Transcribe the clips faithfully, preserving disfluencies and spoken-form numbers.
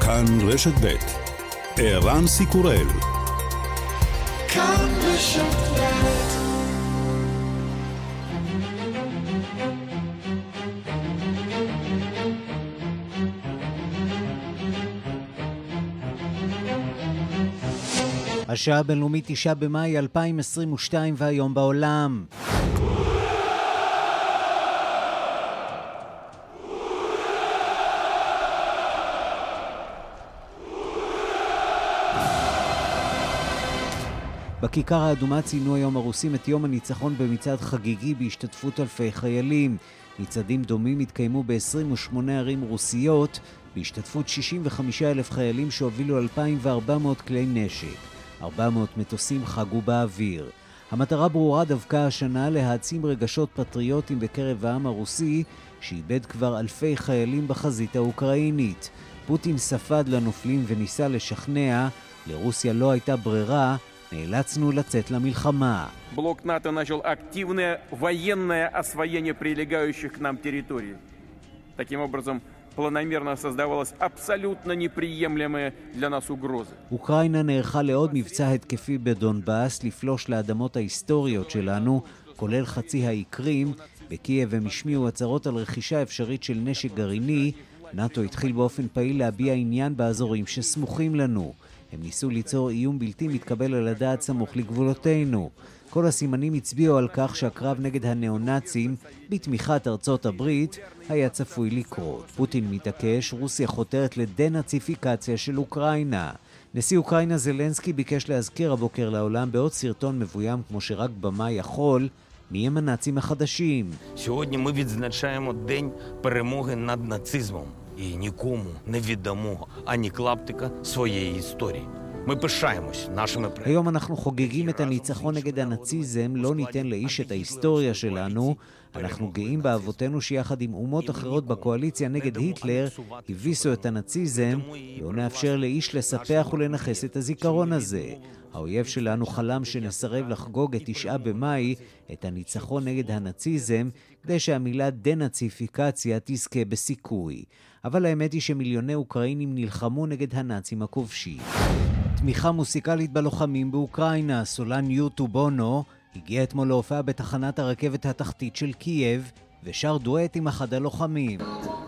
כאן רשת ב' ערן סיקורל. כאן רשת ב'. השעה הבינלאומית תשעה במאי אלפיים עשרים ושתיים והיום בעולם. בכיכר האדומה ציינו היום הרוסים את יום הניצחון במצעד חגיגי בהשתתפות אלפי חיילים. מצעדים דומים התקיימו ב-עשרים ושמונה ערים רוסיות בהשתתפות שישים וחמישה אלף חיילים שהובילו אלפיים וארבע מאות כלי נשק. ארבע מאות מטוסים חגו באוויר. המטרה ברורה דווקא השנה להעצים רגשות פטריוטיים בקרב העם הרוסי שאיבד כבר אלפי חיילים בחזית האוקראינית. פוטין ספד לנופלים וניסה לשכנע, לרוסיה לא הייתה ברירה, נאלצנו לצאת למלחמה. Блок НАТО начал активное военное освоение прилегающих к нам территорий. Таким образом, планомерно создавалась абсолютно неприемлемая для нас угроза. אוקראינה נערכה לעוד מבצע התקפי בדונבאס לפלוש לאדמות ההיסטוריות שלנו, כולל חצי האי קרים. בקייב הם השמיעו הצהרות על רכישה אפשרית של נשק גרעיני. נאטו התחיל באופן פעיל להביע עניין באזורים שסמוכים לנו. הם ניסו ליצור איום בלתי מתקבל על הדעת סמוך לגבולותינו. כל הסימנים הצביעו על כך שהקרב נגד הנאו-נאצים בתמיכת ארצות הברית היה צפוי לקרות. פוטין מתעקש, רוסיה חותרת לדנאציפיקציה של אוקראינה. נשיא אוקראינה זלנסקי ביקש להזכיר הבוקר לעולם בעוד סרטון מבוים כמו שרק במה יכול, מי הם הנאצים החדשים. Сьогодні ми відзначаємо день перемоги над нацизмом. І нікому не віддамо ані клаптика своєї історії. Ми пишаємось нашими предками. היום אנחנו חוגגים את הניצחון נגד הנאציזם, לא ניתן לאיש את ההיסטוריה שלנו. אנחנו גאים באבותינו שיחד עם אומות אחרות בקואליציה נגד היטלר הביסו את הנאציזם, לא נאפשר לאיש לספח ולנחס את הזיכרון הזה. האויב שלנו חלם שנסרב לחגוג את תשעה במאי, את הניצחון נגד הנאציזם, כדי שהמילה דנאציפיקציה תזכה בסיכוי. אבל האמת היא שמיליוני אוקראינים נלחמו נגד הנאצים הכובשים. תמיכה מוסיקלית בלוחמים באוקראינה, סולן יוטו בונו, הגיע אתמול להופעה בתחנת הרכבת התחתית של קייב, ושר דואט עם אחד הלוחמים.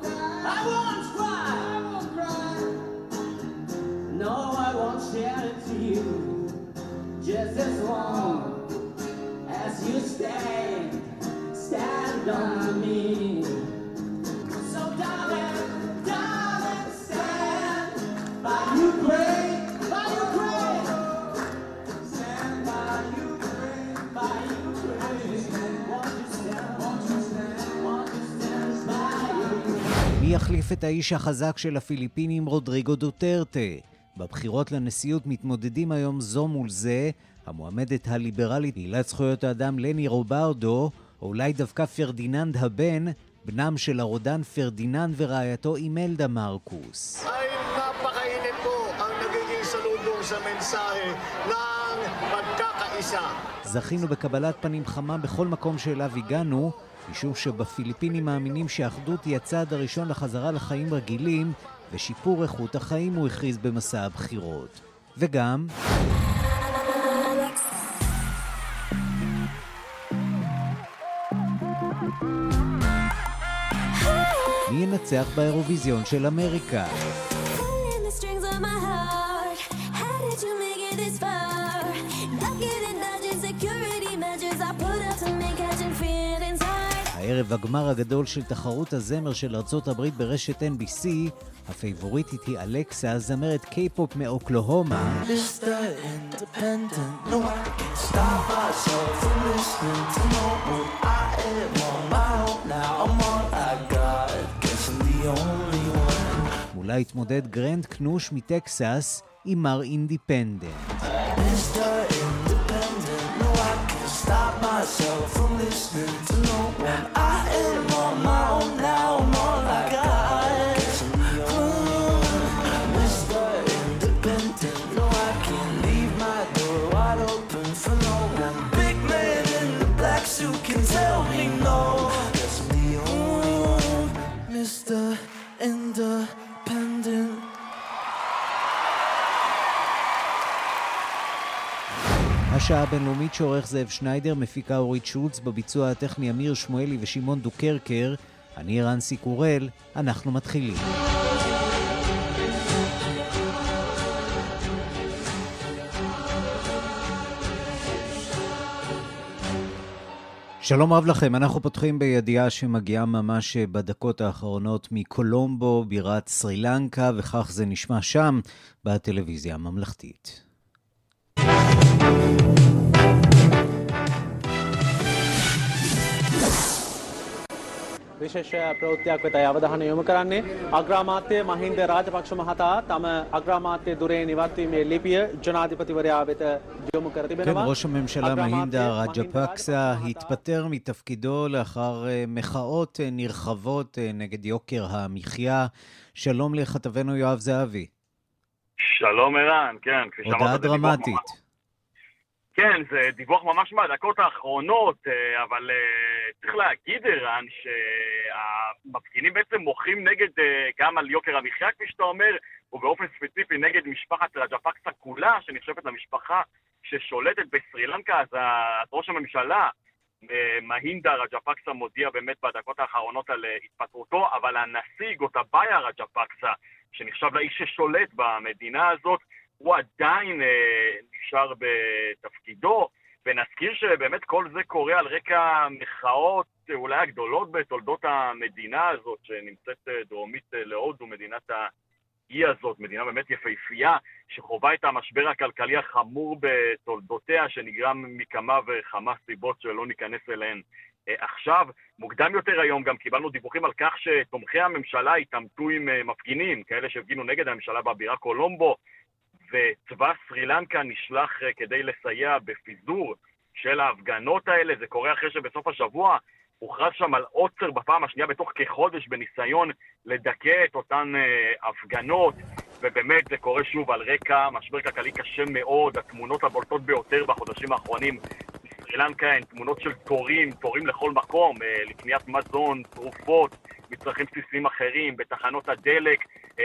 Just as long as you stand, stand on me. So darling, darling, stand by Ukraine, by Ukraine. Stand by Ukraine, by Ukraine. Won't you stand, won't you stand, won't you stand by Ukraine. מי יחליף את האיש החזק של הפיליפינים רודריגו דוטרטה? בבחירות לנשיאות מתמודדים היום זו מול זה, המועמדת הליברלית פעילת זכויות האדם לני רוברדו, או אולי דווקא פרדיננד הבן, בנם של הרודן פרדיננד ורעייתו אימלדה מרקוס. Ay napakainit po ang nagiging salubong sa mensahe ng pagkakaisa. זכינו בקבלת פנים חמה בכל מקום שאליו הגענו, משום שבפיליפינים מאמינים שהאחדות היא הצעד הראשון לחזרה לחיים רגילים, ושיפור איכות החיים הוא הכריז במסע הבחירות. וגם מי ינצח באירוויזיון של אמריקה? הערב הגמר הגדול של תחרות הזמר של ארצות הברית ברשת אן בי סי, הפייבוריטית היא אלקסה, זמרת קיי-פופ מאוקלהומה. מולה התמודד גרנד קנוש מטקסס עם מר אינדיפנדנט. Stop myself from listening to no one. I am on my own now, I'm all I got. Mister Independent, no I can't leave my door wide open for no one. Big man in the black suit can tell me no. Yes, I'm the only one, Mister Independent. השעה הבינלאומית שעורך זאב שניידר, מפיקה אורית שולץ, בביצוע הטכני אמיר שמואלי ושמעון דוקרקר. אני רנסי קורל, אנחנו מתחילים. שלום רב לכם, אנחנו פותחים בידיעה שמגיעה ממש בדקות האחרונות מקולומבו, בירת סרי לנקה, וכך זה נשמע שם בטלוויזיה הממלכתית. විශේෂ ප්‍රවෘත්තියක් වෙත අවධානය යොමු කරන්නේ අග්‍රාමාත්‍ය මහින්ද රාජපක්ෂ මහතා තම අග්‍රාමාත්‍ය දුරේ නිවත් වීමේ ලිපිය ජනාධිපතිවරයා වෙත යොමු කර තිබෙනවා. כן, ראש הממשלה מהינדה רג'פקסה התפטר מתפקידו לאחר מחאות נרחבות נגד יוקר המחיה. שלום לכתבנו יואב זהבי. שלום ערן, כן, כפי שאמרת, הודעה דרמטית. כן, זה דיווח ממש מהדקות האחרונות, אבל צריך להגיד ערן שהמפגינים בעצם מוחים נגד גם על יוקר המחיה, כפי שאתה אומר, ובאופן ספציפי נגד משפחת רג'פקסה כולה, שנחשבת למשפחה ששולטת בסרי לנקה. אז ראש הממשלה מהינדה רג'פקסה מודיע באמת בדקות האחרונות על התפטרותו, אבל הנשיא גוטבאיה רג'פקסה, שנחשב לאיש ששולט במדינה הזאת, הוא עדיין אה, נשאר בתפקידו, ונזכיר שבאמת כל זה קורה על רקע מחאות אולי הגדולות בתולדות המדינה הזאת, שנמצאת דרומית להודו, מדינת האי הזאת, מדינה באמת יפהפייה, שחווה את המשבר הכלכלי החמור בתולדותיה, שנגרם מכמה וכמה סיבות שלא ניכנס אליהן אה, עכשיו. מוקדם יותר היום גם קיבלנו דיווחים על כך שתומכי הממשלה התעמתו עם אה, מפגינים, כאלה שהפגינו נגד הממשלה בבירה קולומבו, וצבא סרי לנקה נשלח כדי לסייע בפיזור של ההפגנות האלה. זה קורה אחרי שבסוף השבוע הוכרז שם על עוצר בפעם השנייה בתוך כחודש בניסיון לדכא את אותן הפגנות, ובאמת זה קורה שוב על רקע משבר כלכלי קשה מאוד. התמונות הבולטות ביותר בחודשים האחרונים בסרי לנקה הן תמונות של תורים, תורים לכל מקום, לקניית מזון, תרופות, מצרכים בסיסיים אחרים, בתחנות הדלק.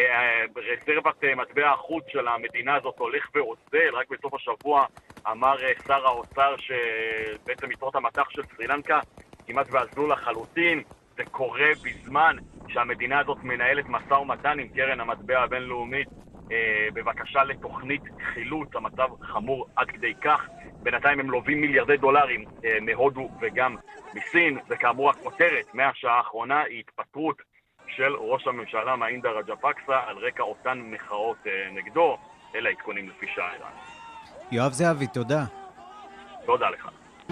רזרבת מטבע החוץ של המדינה הזאת הולך ואוזל. רק בסוף השבוע אמר שר האוצר שבעצם יתרות המטח של סרי לנקה כמעט ואזלו לחלוטין. זה קורה בזמן שהמדינה הזאת מנהלת משא ומתן עם קרן המטבע הבינלאומית בבקשה לתוכנית חילוץ. המצב חמור עד כדי כך. בינתיים הם לובים מיליארדי דולרים מהודו וגם מסין. וכאמור הכותרת מהשעה האחרונה היא התפטרות של ראש הממשלה מהינדה רג'פקסה על רקע אותן מחאות נגדו. אלה העדכונים לפי שעה. יואב זהבי, תודה. תודה לך.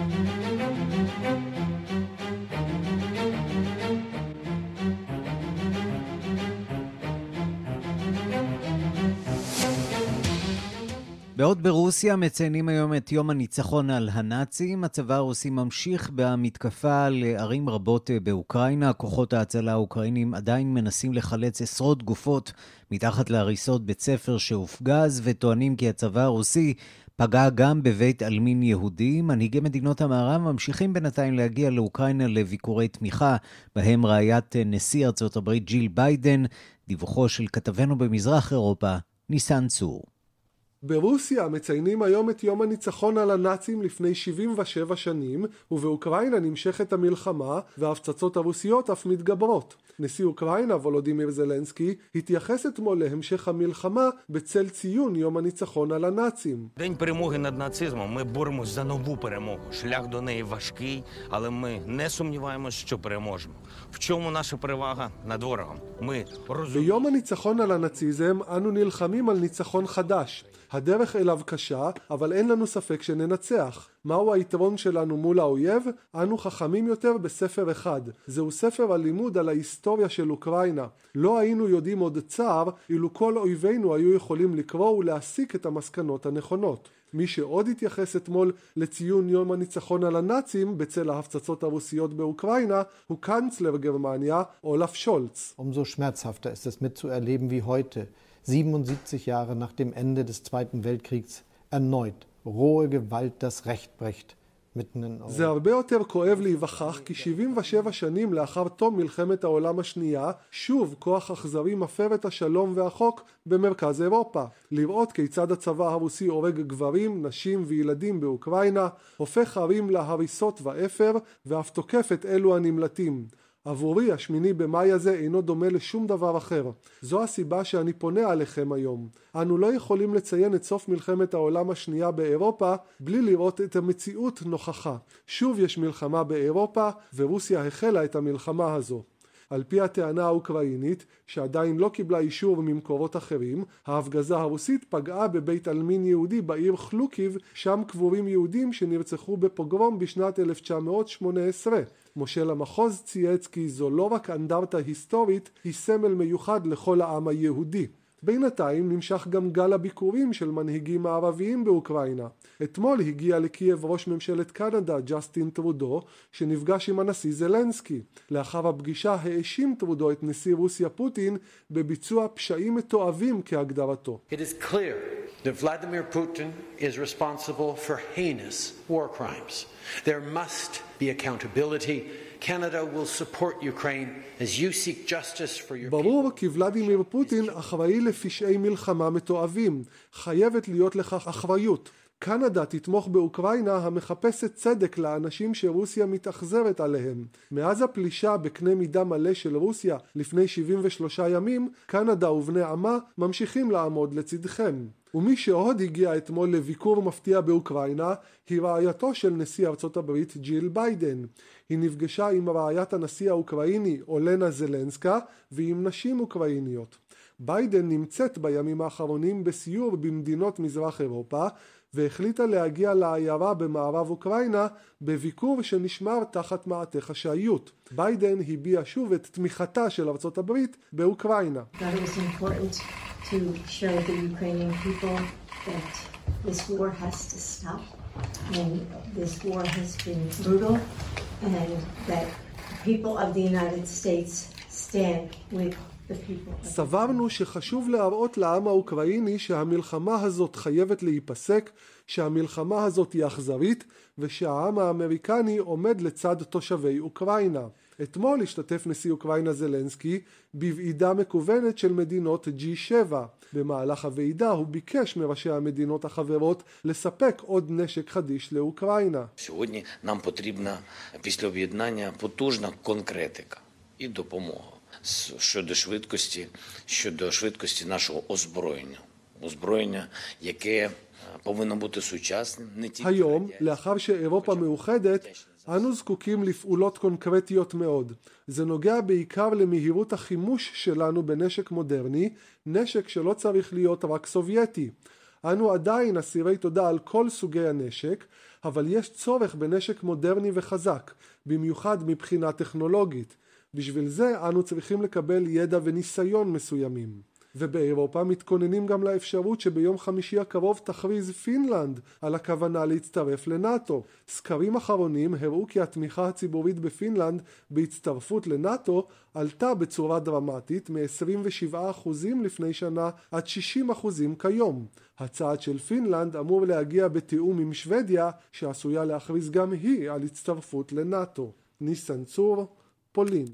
בעוד ברוסיה מציינים היום את יום הניצחון על הנאצים, הצבא הרוסי ממשיך במתקפה לערים רבות באוקראינה. כוחות ההצלה האוקראינים עדיין מנסים לחלץ עשרות גופות מתחת להריסות בית ספר שהופגז, וטוענים כי הצבא הרוסי פגע גם בבית עלמין יהודי. מנהיגי מדינות המערב ממשיכים בינתיים להגיע לאוקראינה לביקורי תמיכה, בהם רעיית נשיא ארצות הברית ג'יל ביידן. דיווחו של כתבנו במזרח אירופה, ניסן צור. ברוסיה מציינים היום את יום הניצחון על הנאצים לפני שבעים ושבע שנים, ובאוקראינה נמשכת המלחמה וההפצצות הרוסיות אף מתגברות. נשיא אוקראינה וולודימיר זלנסקי התייחס אתמול להמשך המלחמה בצל ציון יום הניצחון על הנאצים. День перемоги над нацизмом. Ми боремось за нову перемогу. Шлях до неї важкий, але ми не сумніваємось, що переможемо. В чому наша перевага над ворогом? Ми розуміємо. ביום הניצחון על הנאציזם אנו נלחמים על ניצחון חדש. הדרך אליו קשה, אבל אין לנו ספק שננצח. מהו היתרון שלנו מול האויב? אנו חכמים יותר בספר אחד. זהו ספר הלימוד על ההיסטוריה של אוקראינה. לא היינו יודעים עוד צער, אילו כל אויבינו היו יכולים לקרוא ולהסיק את המסקנות הנכונות. מי שעוד התייחס אתמול לציון יום הניצחון על הנאצים בצל ההפצצות הרוסיות באוקראינה הוא קנצלר גרמניה אולף שולץ. Umso schmerzhafter ist es mitzuerleben wie heute, siebenundsiebzig Jahre nach dem Ende des Zweiten Weltkriegs, erneut rohe Gewalt das Recht bricht זה הרבה יותר כואב להיווכח כי שבעים ושבע שנים לאחר תום מלחמת העולם השנייה, שוב כוח אכזרי מפר את השלום והחוק במרכז אירופה. לראות כיצד הצבא הרוסי הורג גברים, נשים וילדים באוקראינה, הופך ערים להריסות ואפר, ואף תוקף את אלו הנמלטים. עבורי השמיני במאי הזה אינו דומה לשום דבר אחר. זו הסיבה שאני פונה עליכם היום. אנו לא יכולים לציין את סוף מלחמת העולם השנייה באירופה בלי לראות את המציאות נוכחה. שוב יש מלחמה באירופה ורוסיה החלה את המלחמה הזו. על פי הטענה האוקראינית, שעדיין לא קיבלה אישור ממקורות אחרים, ההפגזה הרוסית פגעה בבית עלמין יהודי בעיר חלוקיב, שם קבורים יהודים שנרצחו בפוגרום בשנת אלף תשע מאות שמונה עשרה. מושל המחוז צייץ כי זו לא רק אנדרטה היסטורית, היא סמל מיוחד לכל העם היהודי. בינתיים נמשך גם גל הביקורים של מנהיגים הערביים באוקראינה. אתמול הגיע לקייב ראש ממשלת קנדה ג'סטין טרודו, שנפגש עם הנשיא זלנסקי. לאחר הפגישה האשים טרודו את נשיא רוסיה פוטין בביצוע פשעים מתועבים כהגדרתו. It is clear that Vladimir Putin is responsible for heinous war crimes. There must be accountability. Canada will support Ukraine as you seek justice for your people. ברור כי ולדימיר פוטין אחראי לפשעי מלחמה מתועבים. חייבת להיות לכך אחריות. קנדה תתמוך באוקראינה המחפשת צדק לאנשים שרוסיה מתאכזרת עליהם. מאז הפלישה בקנה מידה מלא של רוסיה לפני שבעים ושלושה ימים, קנדה ובני עמה ממשיכים לעמוד לצדכם. ומי שעוד הגיע אתמול לביקור מפתיע באוקראינה היא רעייתו של נשיא ארצות הברית ג'יל ביידן. היא נפגשה עם רעיית הנשיא האוקראיני אולנה זלנסקה ועם נשים אוקראיניות. ביידן נמצאת בימים האחרונים בסיור במדינות מזרח אירופה והחליטה להגיע לעיירה במערב אוקראינה בביקור שנשמר תחת מעטה חשאיות. ביידן הביע שוב את תמיכתה של ארצות הברית באוקראינה. To show the Ukrainian people that this war has to stop and this war has been brutal and that the people of the United States stand with the people. סברנו שחשוב להראות לעם האוקראיני שהמלחמה הזאת חייבת להיפסק, שהמלחמה הזאת היא אכזרית ושהעם האמריקני עומד לצד תושבי אוקראינה. אתמול השתתף נשיא אוקראינה זלנסקי בוועידה מקוונת של מדינות ג'י שבע. במהלך הוועידה הוא ביקש מראשי המדינות החברות לספק עוד נשק חדיש לאוקראינה. Сьогодні нам потрібна після об'єднання потужна конкретика і допомога щодо швидкості, щодо швидкості нашого озброєння. озброєння, яке повинно бути сучасним, не тільки היום, לאחר שאירופה מאוחדת, אנו זקוקים לפעולות קונקרטיות מאוד. זה נוגע בעיקר למהירות החימוש שלנו בנשק מודרני, נשק שלא צריך להיות רק סובייטי. אנו עדיין אסירי תודה על כל סוגי הנשק, אבל יש צורך בנשק מודרני וחזק, במיוחד מבחינה טכנולוגית. בשביל זה אנו צריכים לקבל ידע וניסיון מסוימים. ובאירופה מתכוננים גם לאפשרות שביום חמישי הקרוב תכריז פינלנד על הכוונה להצטרף לנאטו. סקרים אחרונים הראו כי התמיכה הציבורית בפינלנד בהצטרפות לנאטו עלתה בצורה דרמטית מ-עשרים ושבעה אחוזים לפני שנה עד שישים אחוזים כיום. הצעד של פינלנד אמור להגיע בתיאום עם שוודיה שעשויה להכריז גם היא על הצטרפות לנאטו. ניסן צור, פולין.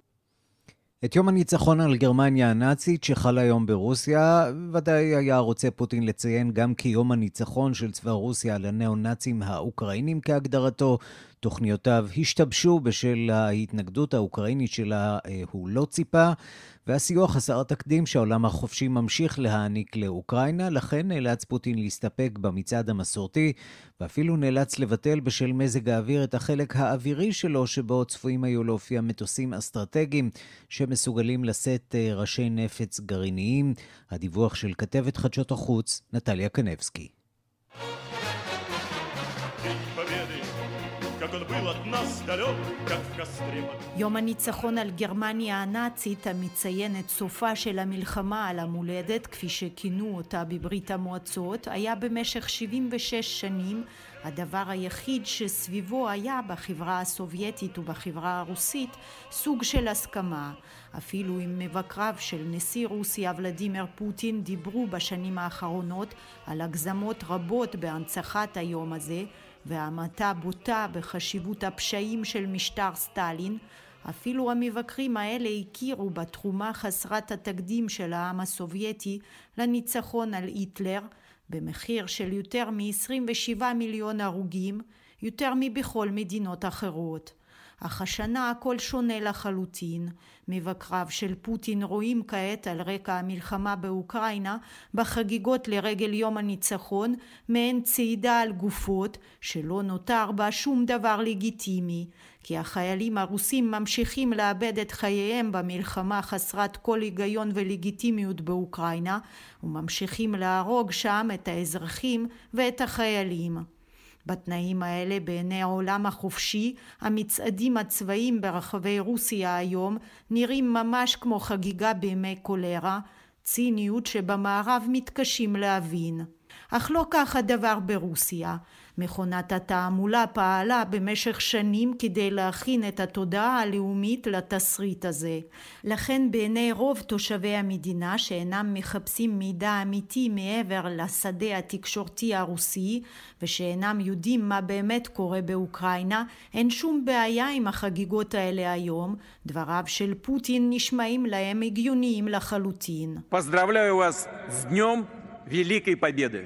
את יום הניצחון על גרמניה הנאצית שחל היום ברוסיה, ודאי היה רוצה פוטין לציין גם כיום הניצחון של צבא רוסיה על הנאו-נאצים האוקראינים כהגדרתו. תוכניותיו השתבשו בשל ההתנגדות האוקראינית שלה הוא לא ציפה, והסיוע חסר התקדים שהעולם החופשי ממשיך להעניק לאוקראינה, לכן נאלץ פוטין להסתפק במצעד המסורתי, ואפילו נאלץ לבטל בשל מזג האוויר את החלק האווירי שלו, שבו צפויים היו להופיע מטוסים אסטרטגיים שמסוגלים לשאת ראשי נפץ גרעיניים. הדיווח של כתבת חדשות החוץ, נטליה קנבסקי. יום הניצחון על גרמניה הנאצית המציין את סופה של המלחמה על המולדת, כפי שכינו אותה בברית המועצות, היה במשך שבעים ושש שנים הדבר היחיד שסביבו היה בחברה הסובייטית ובחברה הרוסית סוג של הסכמה. אפילו אם מבקריו של נשיא רוסיה ולדימיר פוטין דיברו בשנים האחרונות על הגזמות רבות בהנצחת היום הזה, והמתה בוטה בחשיבות הפשעים של משטר סטלין, אפילו המבקרים האלה הכירו בתרומה חסרת התקדים של העם הסובייטי לניצחון על היטלר, במחיר של יותר מ-עשרים ושבעה מיליון הרוגים, יותר מבכל מדינות אחרות. אך השנה הכל שונה לחלוטין. מבקריו של פוטין רואים כעת על רקע המלחמה באוקראינה בחגיגות לרגל יום הניצחון מעין צעידה על גופות שלא נותר בה שום דבר לגיטימי, כי החיילים הרוסים ממשיכים לאבד את חייהם במלחמה חסרת כל היגיון ולגיטימיות באוקראינה, וממשיכים להרוג שם את האזרחים ואת החיילים. בתנאים האלה בעיני העולם החופשי, המצעדים הצבאיים ברחבי רוסיה היום נראים ממש כמו חגיגה בימי קולרה, ציניות שבמערב מתקשים להבין. אך לא כך הדבר ברוסיה. מכונת התעמולה פעלה במשך שנים כדי להכין את התודעה הלאומית לתסריט הזה. לכן בעיני רוב תושבי המדינה שאינם מחפשים מידע אמיתי מעבר לשדה התקשורתי הרוסי ושאינם יודעים מה באמת קורה באוקראינה, אין שום בעיה עם החגיגות האלה היום. דבריו של פוטין נשמעים להם הגיוניים לחלוטין. Поздравляю вас с днем Великой Победы.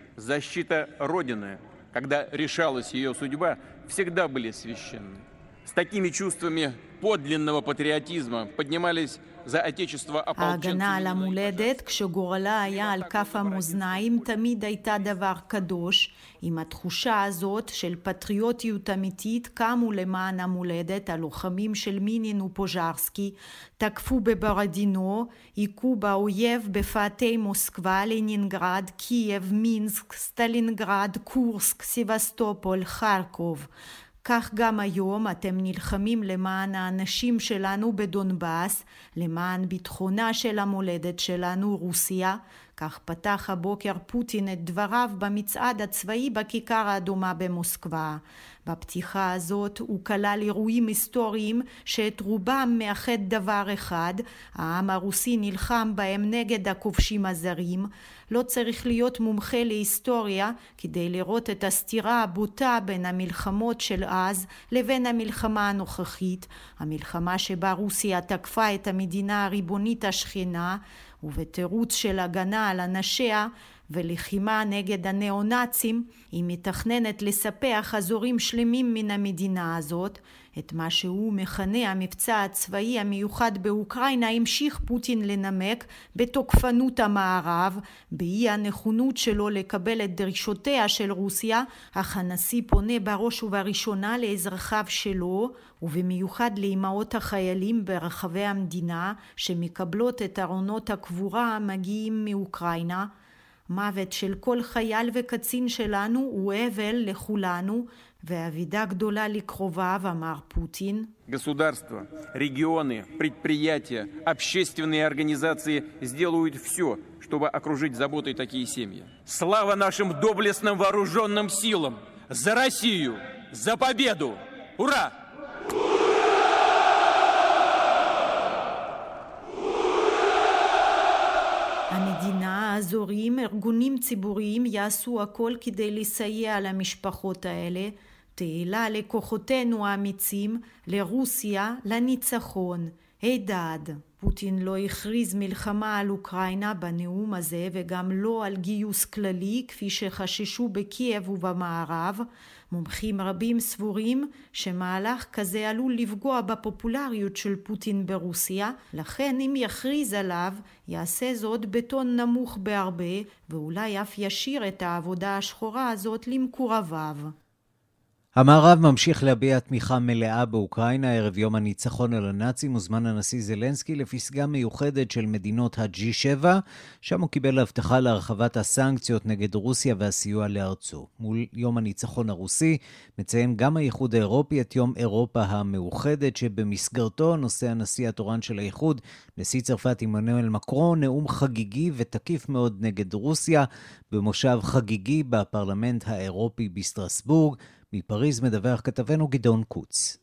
Защита Родины, когда решалась ее судьба, всегда были священны. С такими чувствами подлинного патриотизма поднимались за отечество ополченцы. ההגנה על המולדת, כשגורלה היה על כף המאזניים, תמיד הייתה דבר קדוש. עם התחושה הזאת של פטריוטיות אמיתית קמו למען המולדת הלוחמים של מינין ופוז'רסקי, תקפו בברדינו, היכו באויב בפאתי מוסקבה, לנינגרד, קייב, מינסק, סטלינגרד, קורסק, סיבסטופול, חרקוב. כך גם היום אתם נלחמים למען האנשים שלנו בדונבאס, למען ביטחונה של המולדת שלנו, רוסיה. כך פתח הבוקר פוטין את דבריו במצעד הצבאי בכיכר האדומה במוסקבה. בפתיחה הזאת הוא כלל אירועים היסטוריים שאת רובם מאחד דבר אחד, העם הרוסי נלחם בהם נגד הכובשים הזרים. לא צריך להיות מומחה להיסטוריה כדי לראות את הסתירה הבוטה בין המלחמות של אז לבין המלחמה הנוכחית, המלחמה שבה רוסיה תקפה את המדינה הריבונית השכנה, ובתירוץ של הגנה על אנשיה ולחימה נגד הנאו-נאצים, היא מתכננת לספח אזורים שלמים מן המדינה הזאת. את מה שהוא מכנה המבצע הצבאי המיוחד באוקראינה המשיך פוטין לנמק בתוקפנות המערב, באי הנכונות שלו לקבל את דרישותיה של רוסיה, אך הנשיא פונה בראש ובראשונה לאזרחיו שלו, ובמיוחד לאימהות החיילים ברחבי המדינה שמקבלות את ארונות הקבורה המגיעים מאוקראינה. מוות של כל חייל וקצין שלנו הוא אבל לכולנו, ואבידה גדולה לקרוביו, אמר פוטין. Государства, регионы, предприятия, общественные организации сделают все, чтобы окружить заботой такие семьи. Слава нашим доблестным вооруженным силам! За Россию! За победу! Ура! המדינה, האזורים, ארגונים ציבוריים יעשו הכל כדי לסייע למשפחות האלה. תהילה לכוחותינו האמיצים, לרוסיה, לניצחון. הידד. פוטין לא הכריז מלחמה על אוקראינה בנאום הזה וגם לא על גיוס כללי כפי שחששו בקייב ובמערב. מומחים רבים סבורים שמהלך כזה עלול לפגוע בפופולריות של פוטין ברוסיה, לכן אם יכריז עליו יעשה זאת בטון נמוך בהרבה ואולי אף ישיר את העבודה השחורה הזאת למקורביו. המערב ממשיך להביע תמיכה מלאה באוקראינה ערב יום הניצחון על הנאצים. מוזמן הנשיא זלנסקי לפסגה מיוחדת של מדינות הג'י שבע, שם הוא קיבל הבטחה להרחבת הסנקציות נגד רוסיה והסיוע לארצו. מול יום הניצחון הרוסי מציין גם האיחוד האירופי את יום אירופה המאוחדת, שבמסגרתו נושא הנשיא התורן של האיחוד, נשיא צרפת עמנואל מקרון, נאום חגיגי ותקיף מאוד נגד רוסיה במושב חגיגי בפרלמנט האירופי בסטרסבורג. מפריז מדווח כתבנו גדעון קוץ.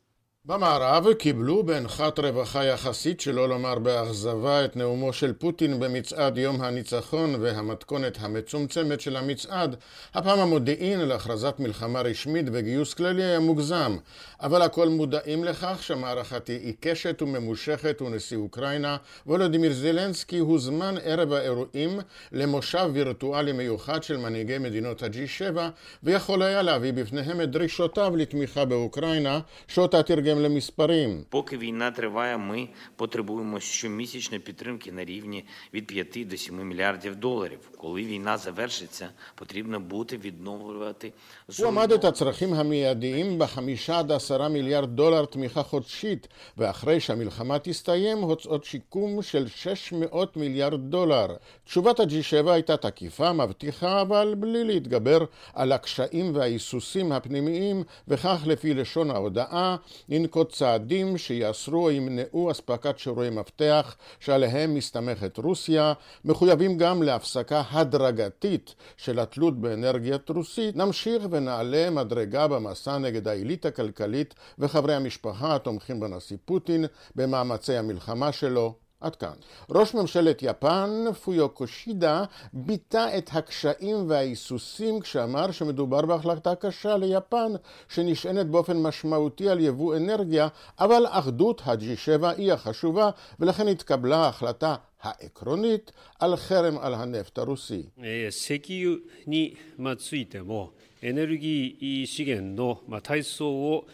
במערב קיבלו באנחת רווחה יחסית, שלא לומר באכזבה, את נאומו של פוטין במצעד יום הניצחון והמתכונת המצומצמת של המצעד. הפעם המודיעין להכרזת מלחמה רשמית וגיוס כללי היה מוגזם, אבל הכל מודעים לכך שהמערכה תהיה עיקשת וממושכת, ונשיא אוקראינה וולודימיר זלנסקי הוזמן ערב האירועים למושב וירטואלי מיוחד של מנהיגי מדינות הג'י שבע, ויכול היה להביא בפניהם את דרישותיו לתמיכה באוקראינה, שאותה תרגם למספרים. Поки війна триває, ми потребуємо щомісячної підтримки на рівні від п'яти до семи мільярдів доларів. Коли війна завершиться, потрібно буде відновлювати הוא עמד את הצרכים המיידיים בחמישה עד עשרה מיליארד דולר תמיכה חודשית, ואחרי שהמלחמה תסתיים הוצאות שיקום של שש מאות מיליארד דולר. תשובת הג'י שבע הייתה תקיפה, מבטיחה, אבל בלי להתגבר על הקשיים וההיסוסים הפנימיים, וכך לפי לשון ההודעה ננקוט צעדים שיאסרו או ימנעו אספקת שיעורי מפתח שעליהם מסתמכת רוסיה, מחויבים גם להפסקה הדרגתית של התלות באנרגיית רוסית. נמשיך ונעלה מדרגה במסע נגד האליטה הכלכלית וחברי המשפחה התומכים בנשיא פוטין במאמצי המלחמה שלו. עד כאן. ראש ממשלת יפן, פויו קישידה, ביטא את הקשיים וההיסוסים כשאמר שמדובר בהחלטה קשה ליפן, שנשענת באופן משמעותי על יבוא אנרגיה, אבל אחדות הג'י שבע היא החשובה, ולכן התקבלה ההחלטה העקרונית על חרם על הנפט הרוסי. 石油についてもエネルギー資源の体操を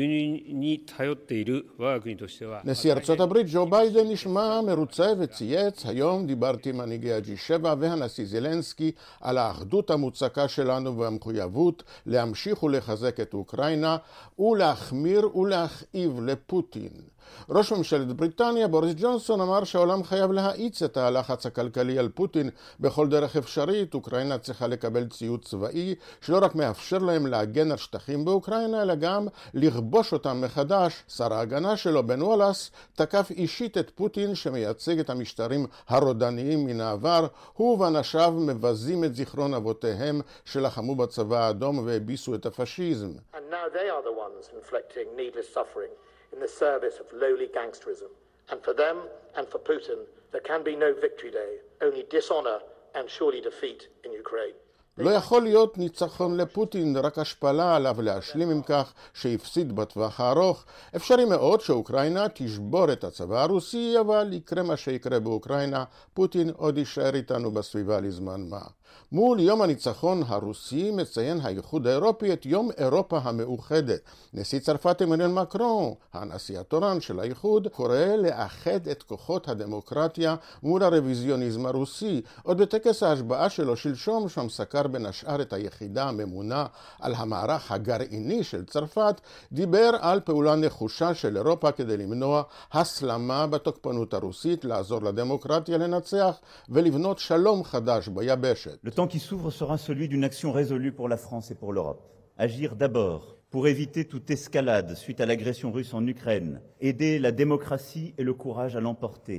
נשיא ארצות הברית ג'ו ביידן נשמע מרוצה וצייץ, היום דיברתי עם מנהיגי הג'י שבע והנשיא זלנסקי על האחדות המוצקה שלנו והמחויבות להמשיך ולחזק את אוקראינה ולהחמיר ולהכאיב לפוטין. ראש ממשלת בריטניה בוריס ג'ונסון אמר שהעולם חייב להאיץ את הלחץ הכלכלי על פוטין בכל דרך אפשרית. אוקראינה צריכה לקבל ציוד צבאי שלא רק מאפשר להם להגן על שטחים באוקראינה, אלא גם לכבוש אותם מחדש. שר ההגנה שלו בן וולאס תקף אישית את פוטין שמייצג את המשטרים הרודניים מן העבר. הוא ואנשיו מבזים את זיכרון אבותיהם שלחמו בצבא האדום והביסו את הפשיזם. And now they are the ones inflicting needless suffering in the service of lowly gangsterism. And for them and for Putin, there can be no victory day, only dishonor and surely defeat in Ukraine. לא יכול להיות ניצחון לפוטין, רק השפלה עליו להשלים עם כך שהפסיד בטווח הארוך. אפשרי מאוד שאוקראינה תשבור את הצבא הרוסי, אבל יקרה מה שיקרה באוקראינה, פוטין עוד יישאר איתנו בסביבה לזמן מה. מול יום הניצחון הרוסי מציין האיחוד האירופי את יום אירופה המאוחדת. נשיא צרפת עמנואל מקרון, הנשיא התורן של האיחוד, קורא לאחד את כוחות הדמוקרטיה מול הרוויזיוניזם הרוסי. עוד בטקס ההשבעה שלו שלשום, שם סקר בין השאר את היחידה הממונה על המערך הגרעיני של צרפת, דיבר על פעולה נחושה של אירופה כדי למנוע הסלמה בתוקפנות הרוסית, לעזור לדמוקרטיה לנצח ולבנות שלום חדש ביבשת. Le temps qui s'ouvre sera celui d'une action résolue pour la France et pour l'Europe. Agir d'abord pour éviter toute escalade suite à l'agression russe en Ukraine, aider la démocratie et le courage à l'emporter.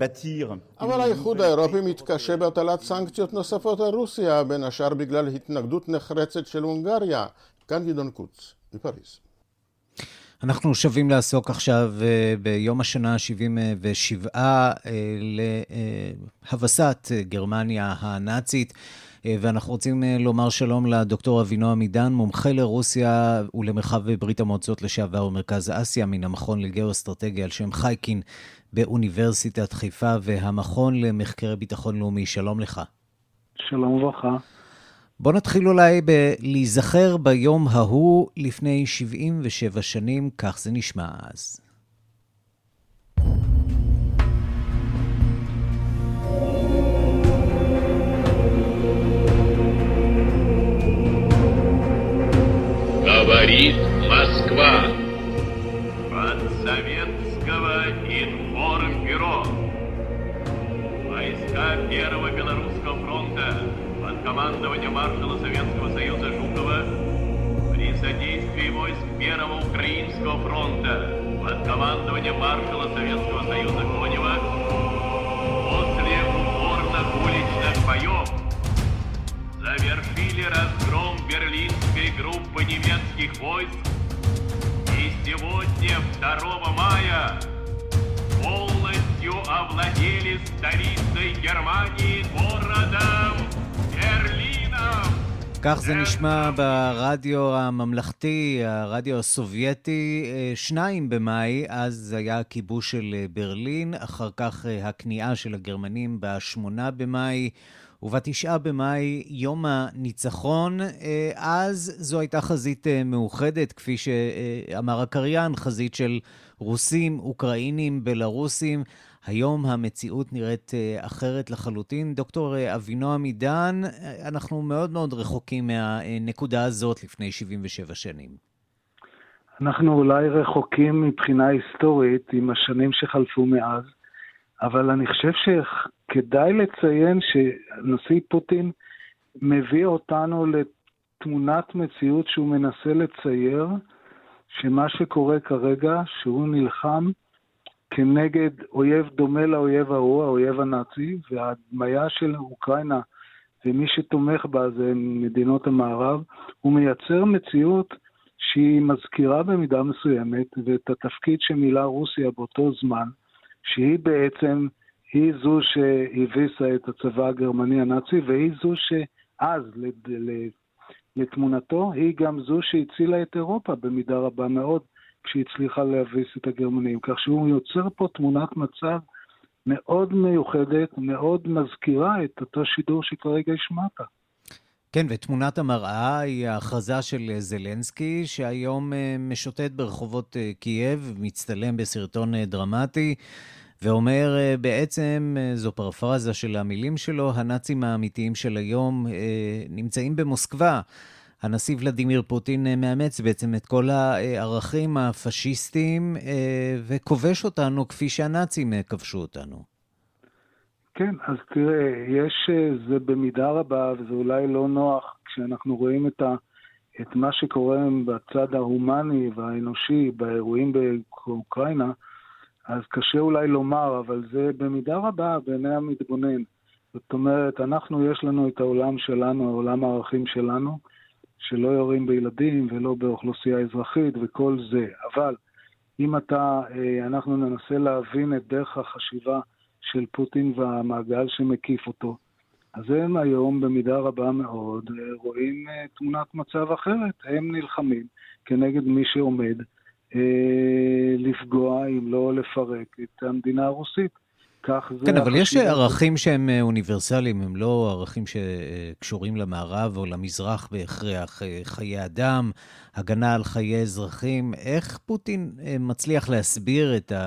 אבל האיחוד האירופי מתקשה בהטלת סנקציות נוספות על רוסיה, בין השאר בגלל התנגדות נחרצת של הונגריה. כאן גדעון קוץ, מפריז. אנחנו שווים לעסוק עכשיו ביום השנה ה-שבעים ושבע להבסת גרמניה הנאצית, ואנחנו רוצים לומר שלום לדוקטור אבינועם עידן, מומחה לרוסיה ולמרחב ברית המועצות לשעבר ומרכז אסיה, מן המכון לגאו-אסטרטגיה על שם חייקין באוניברסיטת חיפה והמכון למחקרי ביטחון לאומי. שלום לך. שלום וברכה. בוא נתחיל אולי בלהיזכר ביום ההוא לפני שבעים ושבע שנים, כך זה נשמע אז. Говорит Москва. От Советского информбюро. Войска Первого Белорусского фронта под командованием маршала Советского Союза Жукова при содействии войск Первого Украинского фронта под командованием маршала Советского Союза Конева после упорных уличных боев завершили разгром берлинской группы немецких войск и сегодня, второго мая, полностью овладели столицей Германии, городом Берлином. כך זה נשמע ברדיו הממלכתי, הרדיו הסובייטי, שניים במאי, אז היה הכיבוש של ברלין, אחר כך הכניעה של הגרמנים בשמונה במאי, ובתשעה במאי יום הניצחון. אז זו הייתה חזית מאוחדת, כפי שאמר הקריין, חזית של רוסים, אוקראינים, בלרוסים. היום המציאות נראית אחרת לחלוטין. דוקטור אבינועם עידן, אנחנו מאוד מאוד רחוקים מהנקודה הזאת לפני שבעים ושבע שנים. אנחנו אולי רחוקים מבחינה היסטורית עם השנים שחלפו מאז, אבל אני חושב שכדאי לציין שנשיא פוטין מביא אותנו לתמונת מציאות שהוא מנסה לצייר, שמה שקורה כרגע, שהוא נלחם כנגד אויב דומה לאויב ההוא, האויב הנאצי, וההדמיה של אוקראינה ומי שתומך בה זה מדינות המערב, הוא מייצר מציאות שהיא מזכירה במידה מסוימת, ואת התפקיד שמילא רוסיה באותו זמן, שהיא בעצם, היא זו שהביסה את הצבא הגרמני הנאצי, והיא זו שאז, לתמונתו, היא גם זו שהצילה את אירופה במידה רבה מאוד, כשהיא הצליחה להביס את הגרמנים. כך שהוא יוצר פה תמונת מצב מאוד מיוחדת, מאוד מזכירה את אותו שידור שכרגע השמעת. כן, ותמונת המראה היא ההכרזה של זלנסקי, שהיום משוטט ברחובות קייב, מצטלם בסרטון דרמטי, ואומר בעצם, זו פרפרזה של המילים שלו, הנאצים האמיתיים של היום נמצאים במוסקבה. הנשיא ולדימיר פוטין מאמץ בעצם את כל הערכים הפשיסטיים וכובש אותנו כפי שהנאצים כבשו אותנו. כן, אז תראה, יש זה במידה רבה, וזה אולי לא נוח כשאנחנו רואים את, ה, את מה שקורה בצד ההומני והאנושי באירועים באוקראינה, אז קשה אולי לומר, אבל זה במידה רבה בעיני המתבונן. זאת אומרת, אנחנו יש לנו את העולם שלנו, העולם הערכים שלנו, שלא יורים בילדים ולא באוכלוסייה אזרחית וכל זה. אבל אם אתה, אנחנו ננסה להבין את דרך החשיבה של פוטין והמעגל שמקיף אותו, אז הם היום במידה רבה מאוד רואים תמונת מצב אחרת. הם נלחמים כנגד מי שעומד אה, לפגוע, אם לא לפרק, את המדינה הרוסית. כן, אבל יש ערכים שהם אוניברסליים, הם לא ערכים שקשורים למערב או למזרח בהכרח, חיי אדם, הגנה על חיי אזרחים. איך פוטין מצליח להסביר את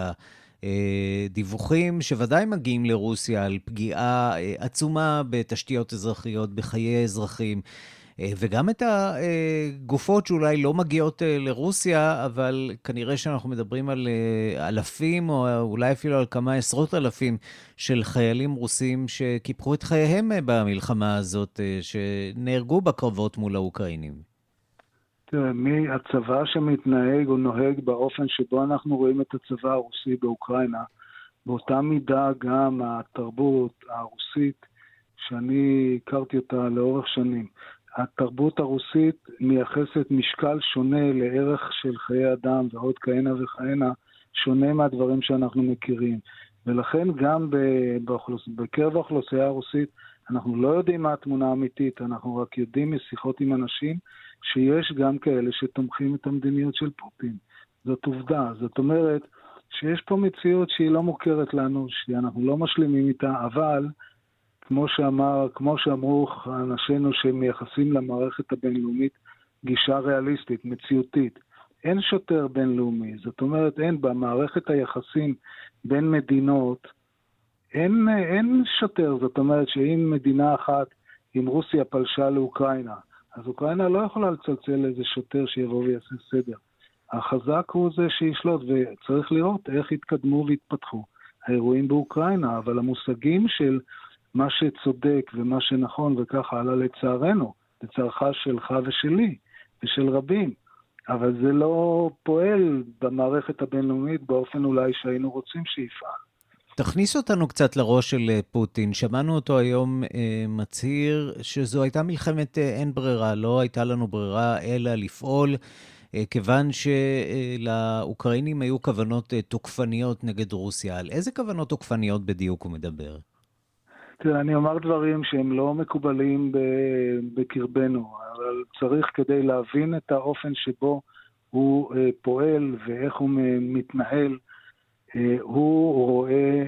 הדיווחים שוודאי מגיעים לרוסיה על פגיעה עצומה בתשתיות אזרחיות, בחיי אזרחים, וגם את הגופות שאולי לא מגיעות לרוסיה, אבל כנראה שאנחנו מדברים על אלפים, או אולי אפילו על כמה עשרות אלפים של חיילים רוסים שקיפחו את חייהם במלחמה הזאת, שנהרגו בקרבות מול האוקראינים. תראה, מי הצבא שמתנהג או נוהג באופן שבו אנחנו רואים את הצבא הרוסי באוקראינה, באותה מידה גם התרבות הרוסית, שאני הכרתי אותה לאורך שנים, התרבות הרוסית מייחסת משקל שונה לערך של חיי אדם ועוד כהנה וכהנה, שונה מהדברים שאנחנו מכירים. ולכן גם באוכלוס... בקרב האוכלוסייה הרוסית אנחנו לא יודעים מה התמונה האמיתית, אנחנו רק יודעים משיחות עם אנשים שיש גם כאלה שתומכים את המדיניות של פוטין. זאת עובדה. זאת אומרת שיש פה מציאות שהיא לא מוכרת לנו, שאנחנו לא משלימים איתה, אבל כמו שאמר, כמו שאמרו אנשינו שמייחסים למערכת הבינלאומית גישה ריאליסטית, מציאותית. אין שוטר בינלאומי, זאת אומרת אין במערכת היחסים בין מדינות, אין, אין שוטר, זאת אומרת שאם מדינה אחת, אם רוסיה פלשה לאוקראינה, אז אוקראינה לא יכולה לצלצל לאיזה שוטר שיבוא ויעשה סדר. החזק הוא זה שישלוט, וצריך לראות איך התקדמו והתפתחו האירועים באוקראינה, אבל המושגים של מה שצודק ומה שנכון וככה עלה לצערנו, לצערך שלך ושלי ושל רבים, אבל זה לא פועל במערכת הבינלאומית באופן אולי שהיינו רוצים שיפעל. תכניס אותנו קצת לראש של פוטין. שמענו אותו היום אה, מצהיר שזו הייתה מלחמת אה, אין ברירה, לא הייתה לנו ברירה אלא לפעול. כיוון שלאוקראינים היו כוונות תוקפניות נגד רוסיה. על איזה כוונות תוקפניות בדיוק הוא מדבר? תראה, אני אומר דברים שהם לא מקובלים בקרבנו, אבל צריך כדי להבין את האופן שבו הוא פועל ואיך הוא מתנהל, הוא רואה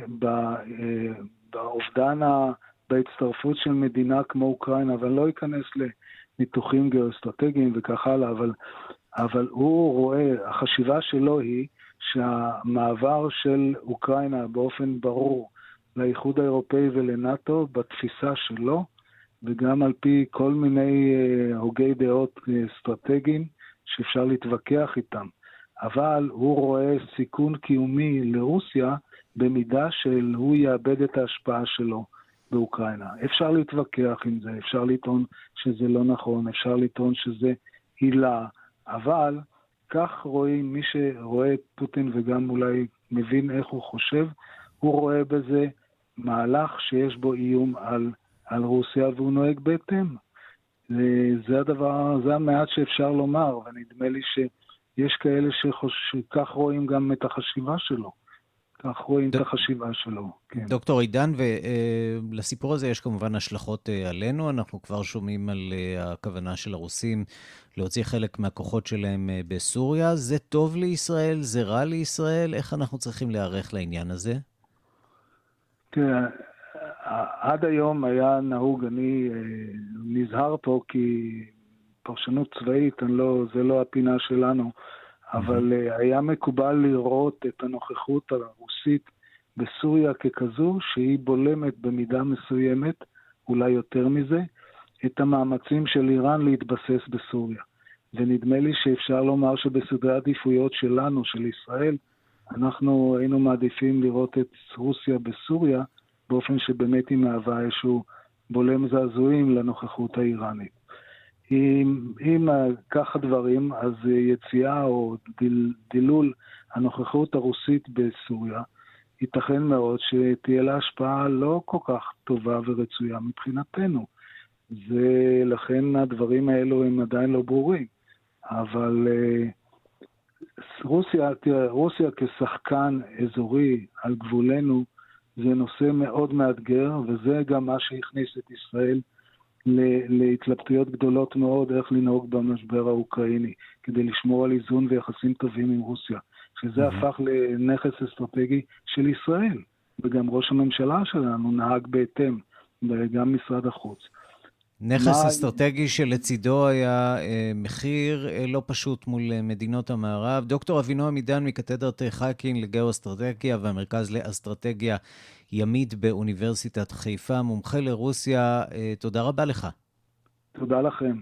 באובדן, בהצטרפות של מדינה כמו אוקראינה, אבל לא ייכנס לניתוחים גיאוסטרטגיים וכך הלאה, אבל, אבל הוא רואה, החשיבה שלו היא שהמעבר של אוקראינה באופן ברור לאיחוד האירופאי ולנאטו בתפיסה שלו, וגם על פי כל מיני הוגי דעות אסטרטגיים שאפשר להתווכח איתם. אבל הוא רואה סיכון קיומי לרוסיה במידה של הוא יאבד את ההשפעה שלו באוקראינה. אפשר להתווכח עם זה, אפשר לטעון שזה לא נכון, אפשר לטעון שזה הילה, אבל כך רואים, מי שרואה את פוטין וגם אולי מבין איך הוא חושב, הוא רואה בזה מהלך שיש בו איום על, על רוסיה והוא נוהג בהתאם. זה הדבר, זה המעט שאפשר לומר, ונדמה לי שיש כאלה שכך רואים גם את החשיבה שלו. כך רואים ד... את החשיבה שלו. כן. דוקטור עידן, ולסיפור הזה יש כמובן השלכות עלינו. אנחנו כבר שומעים על הכוונה של הרוסים להוציא חלק מהכוחות שלהם בסוריה. זה טוב לישראל? זה רע לישראל? איך אנחנו צריכים להיערך לעניין הזה? תראה, עד היום היה נהוג, אני נזהר פה כי פרשנות צבאית, לא, זה לא הפינה שלנו, אבל היה מקובל לראות את הנוכחות הרוסית בסוריה ככזו שהיא בולמת במידה מסוימת, אולי יותר מזה, את המאמצים של איראן להתבסס בסוריה. ונדמה לי שאפשר לומר שבסדרי עדיפויות שלנו, של ישראל, אנחנו היינו מעדיפים לראות את רוסיה בסוריה, באופן שבאמת היא מהווה איזשהו בולם זעזועים לנוכחות האיראנית. אם, אם כך הדברים, אז יציאה או דיל, דילול הנוכחות הרוסית בסוריה, ייתכן מאוד שתהיה לה השפעה לא כל כך טובה ורצויה מבחינתנו. ולכן הדברים האלו הם עדיין לא ברורים. אבל רוסיה, תראה, רוסיה כשחקן אזורי על גבולנו, זה נושא מאוד מאתגר, וזה גם מה שהכניס את ישראל להתלבטויות גדולות מאוד איך לנהוג במשבר האוקראיני, כדי לשמור על איזון ויחסים טובים עם רוסיה, שזה mm-hmm. הפך לנכס אסטרטגי של ישראל, וגם ראש הממשלה שלנו נהג בהתאם, וגם משרד החוץ. נכס מה... אסטרטגי שלצידו היה אה, מחיר אה, לא פשוט מול אה, מדינות המערב. דוקטור אבינועם עידן מקתדרת חייקין לגאו-אסטרטגיה והמרכז לאסטרטגיה ימית באוניברסיטת חיפה, מומחה לרוסיה, אה, תודה רבה לך. תודה לכם.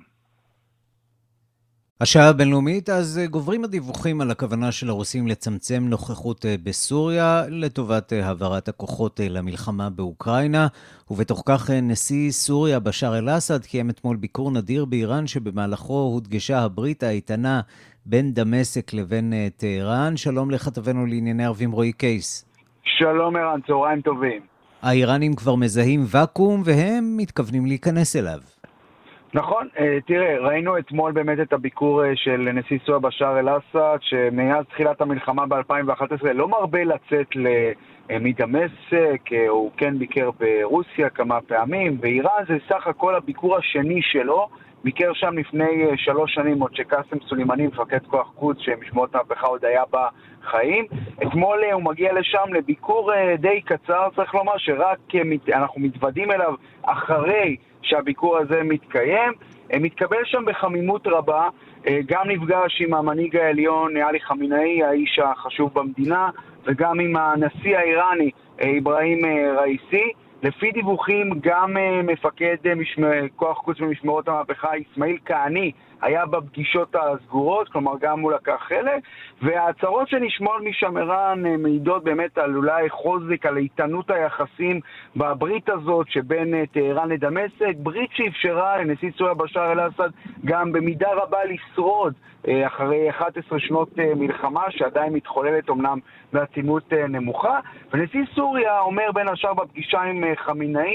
השעה הבינלאומית, אז גוברים הדיווחים על הכוונה של הרוסים לצמצם נוכחות בסוריה לטובת העברת הכוחות למלחמה באוקראינה, ובתוך כך נשיא סוריה בשאר אל-אסד קיים אתמול ביקור נדיר באיראן שבמהלכו הודגשה הברית האיתנה בין דמשק לבין טהרן. שלום לכתבנו לענייני ערבים רועי קייס. שלום ערן, צהריים טובים. האיראנים כבר מזהים וקום והם מתכוונים להיכנס אליו. נכון, תראה, ראינו אתמול באמת את הביקור של נשיא סוריה בשאר אל-אסד, שמאז תחילת המלחמה ב-אלפיים ואחת עשרה לא מרבה לצאת מדמשק, הוא כן ביקר ברוסיה כמה פעמים, ואיראן זה סך הכל הביקור השני שלו, ביקר שם לפני שלוש שנים, עוד שקאסם סולימני, מפקד כוח קודס, שמשמעות המהפכה עוד היה בחיים. אתמול הוא מגיע לשם לביקור די קצר, צריך לומר שרק אנחנו מתוודים אליו אחרי שהביקור הזה מתקיים. מתקבל שם בחמימות רבה, גם נפגש עם המנהיג העליון עלי חמינאי, האיש החשוב במדינה, וגם עם הנשיא האיראני אברהים ראיסי. לפי דיווחים גם מפקד משמר, כוח קודס במשמרות המהפכה אסמאעיל כהני היה בפגישות הסגורות, כלומר גם הוא לקח חלק, וההצהרות שנשמעות משם איראן מעידות באמת על אולי חוזק, על איתנות היחסים בברית הזאת שבין טהרן לדמשק, ברית שאפשרה לנשיא סוריה בשאר אל-אסד גם במידה רבה לשרוד אחרי אחת עשרה שנות מלחמה שעדיין מתחוללת אמנם בעצימות נמוכה. ונשיא סוריה אומר בין השאר בפגישה עם חמינאי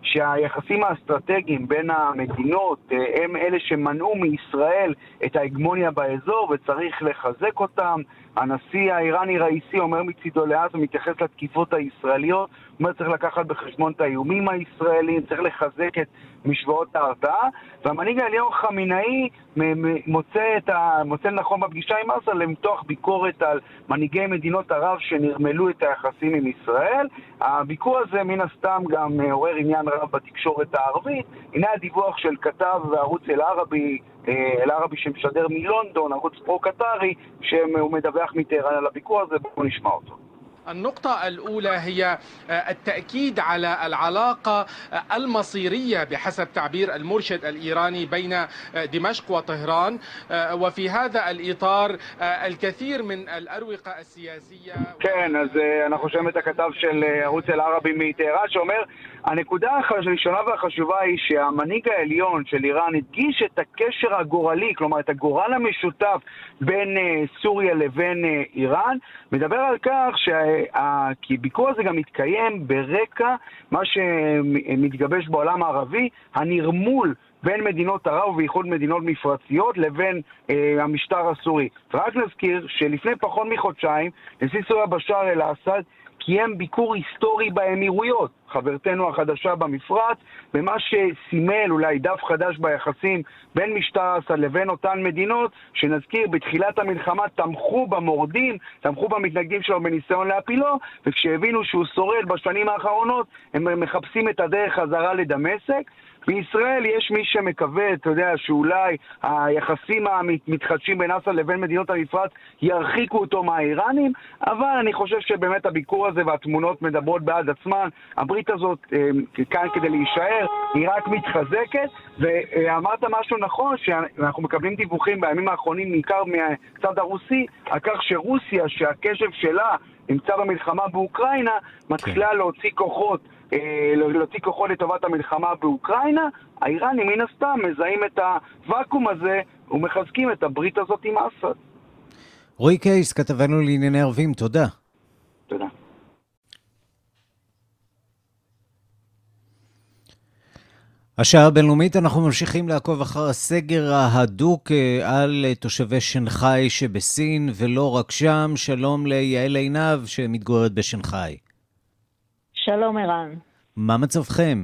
שהיחסים האסטרטגיים בין המדינות הם אלה שמנעו מישראל את ההגמוניה באזור וצריך לחזק אותם. הנשיא האיראני ראיסי אומר מצידו לאז ומתייחס לתקיפות הישראליות, אומר צריך לקחת בחשבון את האיומים הישראלים, צריך לחזק את משוואות ההרתעה, והמנהיג העליון חמינאי מוצא, את ה... מוצא נכון בפגישה עם אסד למתוח ביקורת על מנהיגי מדינות ערב שנרמלו את היחסים עם ישראל. הביקור הזה מן הסתם גם עורר עניין רב בתקשורת הערבית. הנה הדיווח של כתב וערוץ אל-ערבי, אל-ערבי שמשדר מלונדון, ערוץ פרו-קטרי, שהוא מדווח מטהרן על הביקור הזה, בואו נשמע אותו. النقطة الأولى هي التأكيد على العلاقة المصيرية بحسب تعبير المرشد الإيراني بين دمشق وطهران، وفي هذا الإطار الكثير من الأروقة السياسية. כן, אז אנחנו שומעים את הכתב של ערוץ אל-ערבי מטהרן שאומר, הנקודה הראשונה והחשובה היא שהמנהיג העליון של איראן הדגיש את הקשר הגורלי, כלומר את הגורל המשותף בין סוריה לבין איראן, מדבר על כך כי ביקור הזה גם מתקיים ברקע מה שמתגבש בעולם הערבי, הנרמול בין מדינות ערב ובייחוד מדינות מפרציות לבין אה, המשטר הסורי. ורק נזכיר שלפני פחות מחודשיים נשיא סוריה בשאר אל-אסד קיים ביקור היסטורי באמירויות, חברתנו החדשה במפרץ, במה שסימל אולי דף חדש ביחסים בין משטר אסד לבין אותן מדינות, שנזכיר בתחילת המלחמה תמכו במורדים, תמכו במתנגדים שלו בניסיון להפילו, וכשהבינו שהוא שורד בשנים האחרונות, הם מחפשים את הדרך חזרה לדמשק. בישראל יש מי שמקווה, אתה יודע, שאולי היחסים המתחדשים בין אסד לבין מדינות המפרץ ירחיקו אותו מהאיראנים, אבל אני חושב שבאמת הביקור הזה והתמונות מדברות בעד עצמן. הברית הזאת כאן כדי להישאר, היא רק מתחזקת, ואמרת משהו נכון, שאנחנו מקבלים דיווחים בימים האחרונים, בעיקר מהצד הרוסי, על כך שרוסיה, שהקשב שלה נמצא במלחמה באוקראינה, מתחילה להוציא כוחות להוציא כוחות לטובת המלחמה באוקראינה. האיראנים מן הסתם מזהים את הוואקום הזה ומחזקים את הברית הזאת עם אסד. רועי קייס, כתבנו לענייני ערבים, תודה. תודה. השעה הבינלאומית, אנחנו ממשיכים לעקוב אחר הסגר ההדוק על תושבי שנחאי שבסין, ולא רק שם. שלום ליעל עינב שמתגוררת בשנחאי. שלום ערן. מה מצבכם?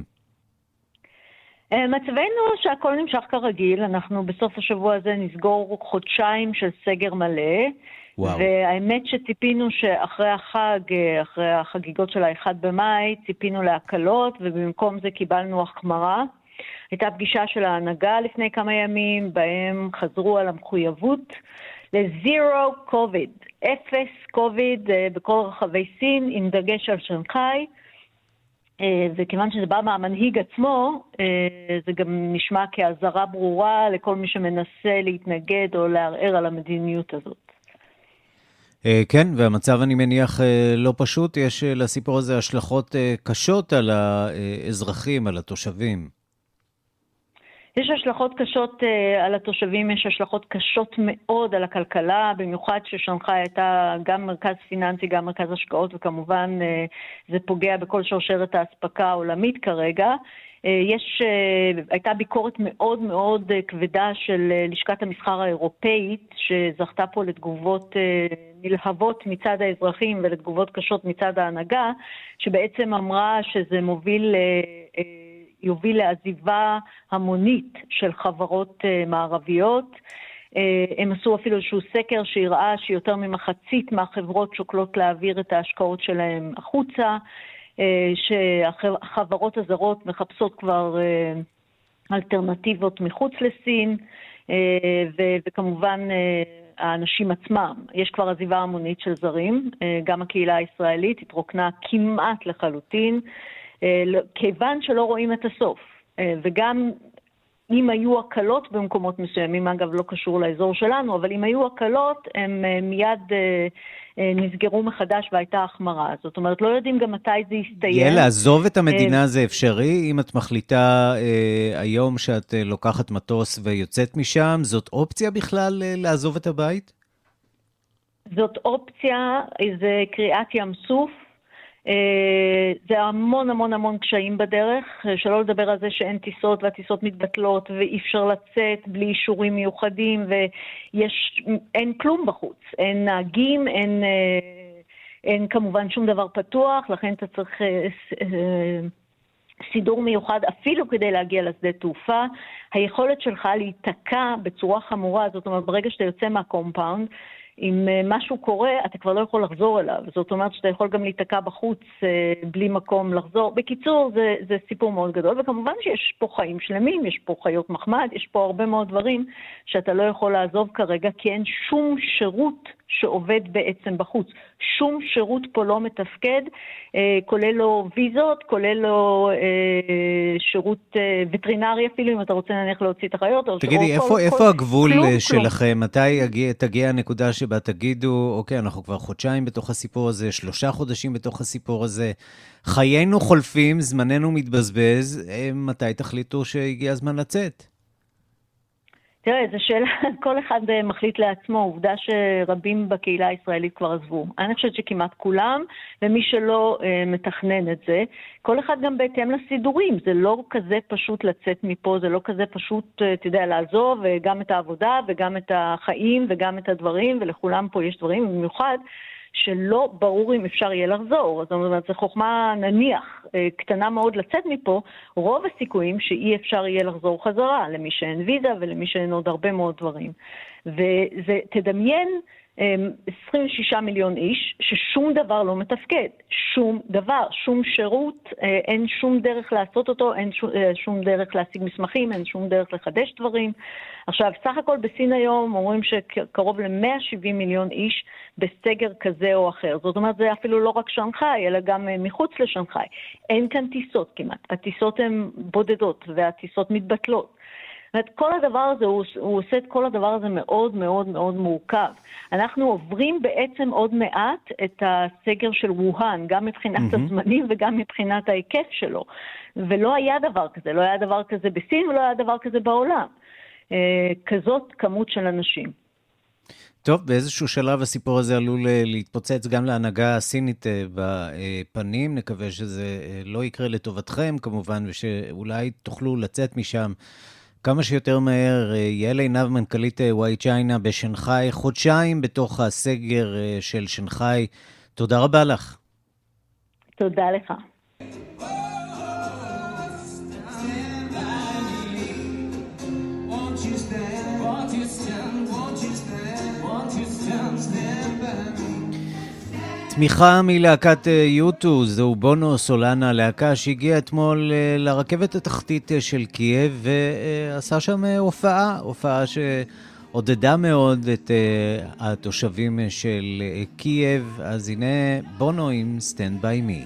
מצבנו שהכל נמשך כרגיל, אנחנו בסוף השבוע הזה נסגור חודשיים של סגר מלא, וואו. והאמת שציפינו שאחרי החג, אחרי החגיגות של האחד במאי, ציפינו להקלות, ובמקום זה קיבלנו החמרה. הייתה פגישה של ההנהגה לפני כמה ימים, בהם חזרו על המחויבות לזירו קוביד, אפס קוביד בכל רחבי סין, עם דגש על שנחאי, וכיוון שזה בא מהמנהיג עצמו, זה גם נשמע כהזרה ברורה לכל מי שמנסה להתנגד או לערער על המדיניות הזאת. כן, והמצב אני מניח לא פשוט, יש לסיפור הזה השלכות קשות על האזרחים, על התושבים. יש השלכות קשות uh, על התושבים, יש השלכות קשות מאוד על הכלכלה, במיוחד ששנחאי הייתה גם מרכז פיננסי, גם מרכז השקעות, וכמובן uh, זה פוגע בכל שרשרת האספקה העולמית כרגע. Uh, יש, uh, הייתה ביקורת מאוד מאוד uh, כבדה של uh, לשכת המסחר האירופאית, שזכתה פה לתגובות uh, נלהבות מצד האזרחים ולתגובות קשות מצד ההנהגה, שבעצם אמרה שזה מוביל uh, uh, יוביל לעזיבה המונית של חברות uh, מערביות. Uh, הם עשו אפילו איזשהו סקר שהראה שיותר ממחצית מהחברות שוקלות להעביר את ההשקעות שלהם החוצה, uh, שהחברות הזרות מחפשות כבר uh, אלטרנטיבות מחוץ לסין, uh, ו- וכמובן uh, האנשים עצמם. יש כבר עזיבה המונית של זרים, uh, גם הקהילה הישראלית התרוקנה כמעט לחלוטין, כיוון שלא רואים את הסוף, וגם אם היו הקלות במקומות מסוימים, אגב לא קשור לאזור שלנו, אבל אם היו הקלות, הם מיד נסגרו מחדש והייתה החמרה. זאת אומרת, לא יודעים גם מתי זה יסתיים. יהיה לעזוב את המדינה זה אפשרי? אם את מחליטה היום שאת לוקחת מטוס ויוצאת משם, זאת אופציה בכלל לעזוב את הבית? זאת אופציה, זה קריאת ים סוף, זה המון המון המון קשיים בדרך, שלא לדבר על זה שאין טיסות והטיסות מתבטלות ואי אפשר לצאת בלי אישורים מיוחדים ואין כלום בחוץ, אין נהגים, אין, אין כמובן שום דבר פתוח, לכן אתה צריך סידור מיוחד אפילו כדי להגיע לשדה תעופה. היכולת שלך להיתקע בצורה חמורה, זאת אומרת ברגע שאתה יוצא מהקומפאונד, אם משהו קורה, אתה כבר לא יכול לחזור אליו. זאת אומרת שאתה יכול גם להתקע בחוץ בלי מקום לחזור. בקיצור, זה, זה סיפור מאוד גדול, וכמובן שיש פה חיים שלמים, יש פה חיות מחמד, יש פה הרבה מאוד דברים שאתה לא יכול לעזוב כרגע, כי אין שום שירות שעובד בעצם בחוץ. שום שירות פה לא מתפקד, כולל לו ויזות, כולל לו שירות וטרינרי אפילו, אם אתה רוצה נניח להוציא את החיות. תגידי, איפה, כל, איפה כל, הגבול כלום, שלכם? כלום. מתי תגיע, תגיע הנקודה שבה תגידו, אוקיי, אנחנו כבר חודשיים בתוך הסיפור הזה, שלושה חודשים בתוך הסיפור הזה, חיינו חולפים, זמננו מתבזבז, מתי תחליטו שהגיע הזמן לצאת? תראה, זו שאלה, כל אחד מחליט לעצמו, עובדה שרבים בקהילה הישראלית כבר עזבו. אני חושבת שכמעט כולם, ומי שלא אה, מתכנן את זה, כל אחד גם בהתאם לסידורים. זה לא כזה פשוט לצאת מפה, זה לא כזה פשוט, אתה יודע, לעזוב גם את העבודה וגם את החיים וגם את הדברים, ולכולם פה יש דברים, במיוחד שלא ברור אם אפשר יהיה לחזור. זאת אומרת, זו חוכמה נניח קטנה מאוד לצאת מפה, רוב הסיכויים שאי אפשר יהיה לחזור חזרה, למי שאין ויזה ולמי שאין עוד הרבה מאוד דברים. ותדמיין עשרים ושישה מיליון איש ששום דבר לא מתפקד, שום דבר, שום שירות, אין שום דרך לעשות אותו, אין שום דרך להשיג מסמכים, אין שום דרך לחדש דברים. עכשיו, סך הכל בסין היום אומרים שקרוב ל-מאה ושבעים מיליון איש בסגר כזה או אחר. זאת אומרת, זה אפילו לא רק שנגחאי, אלא גם מחוץ לשנגחאי. אין כאן טיסות כמעט. הטיסות הן בודדות והטיסות מתבטלות. זאת כל הדבר הזה, הוא, הוא עושה את כל הדבר הזה מאוד מאוד מאוד מורכב. אנחנו עוברים בעצם עוד מעט את הסגר של ווהאן, גם מבחינת mm-hmm. הזמנים וגם מבחינת ההיקף שלו. ולא היה דבר כזה, לא היה דבר כזה בסין ולא היה דבר כזה בעולם. אה, כזאת כמות של אנשים. טוב, באיזשהו שלב הסיפור הזה עלול להתפוצץ גם להנהגה הסינית בפנים. נקווה שזה לא יקרה לטובתכם כמובן, ושאולי תוכלו לצאת משם כמה שיותר מהר. יעל עינב, מנכ"לית וואי צ'יינה בשנגחאי, חודשיים בתוך הסגר של שנגחאי. תודה רבה לך. תודה לך. תמיכה מלהקת יוטו, זהו בונו סולנה, להקה שהגיעה אתמול לרכבת התחתית של קייב ועשה שם הופעה, הופעה שעודדה מאוד את התושבים של קייב. אז הנה בונו עם Stand By Me.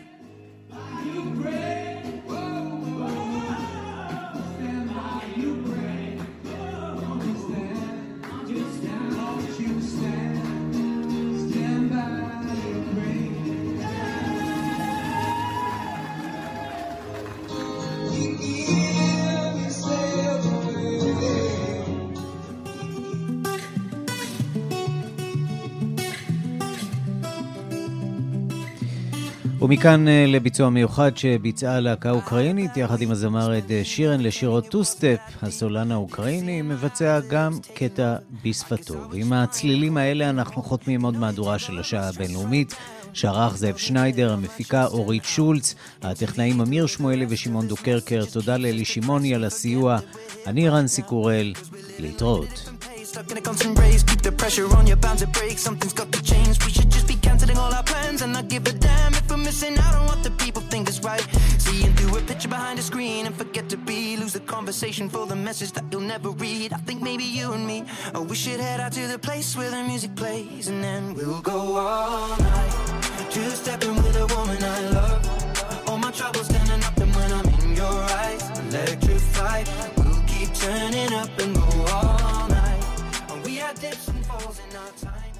ומכאן לביצוע מיוחד שביצעה להקה אוקראינית יחד עם הזמרת שירן לשירות טו-סטפ. הסולן האוקראיני מבצע גם קטע בשפתו. ועם הצלילים האלה אנחנו חותמים עוד מהדורה של השעה הבינלאומית. שערך זאב שניידר, המפיקה אורית שולץ, הטכנאים אמיר שמואלי ושמעון דוקרקר. תודה לאלי שמעוני על הסיוע. אני רנסי קורל, להתראות. Stuck in a constant race, keep the pressure on, you're bound to break. Something's got to change, we should just be cancelling all our plans and not give a damn if we're missing out on what the people think is right. Seeing through a picture behind a screen and forget to be, lose the conversation for the message that you'll never read. I think maybe you and me, oh, we should head out to the place where the music plays and then we'll go all night, two-stepping with a woman I love. All my troubles standing up and when I'm in your eyes, electrified, we'll keep turning up and go all night. We had dips and falls in our time.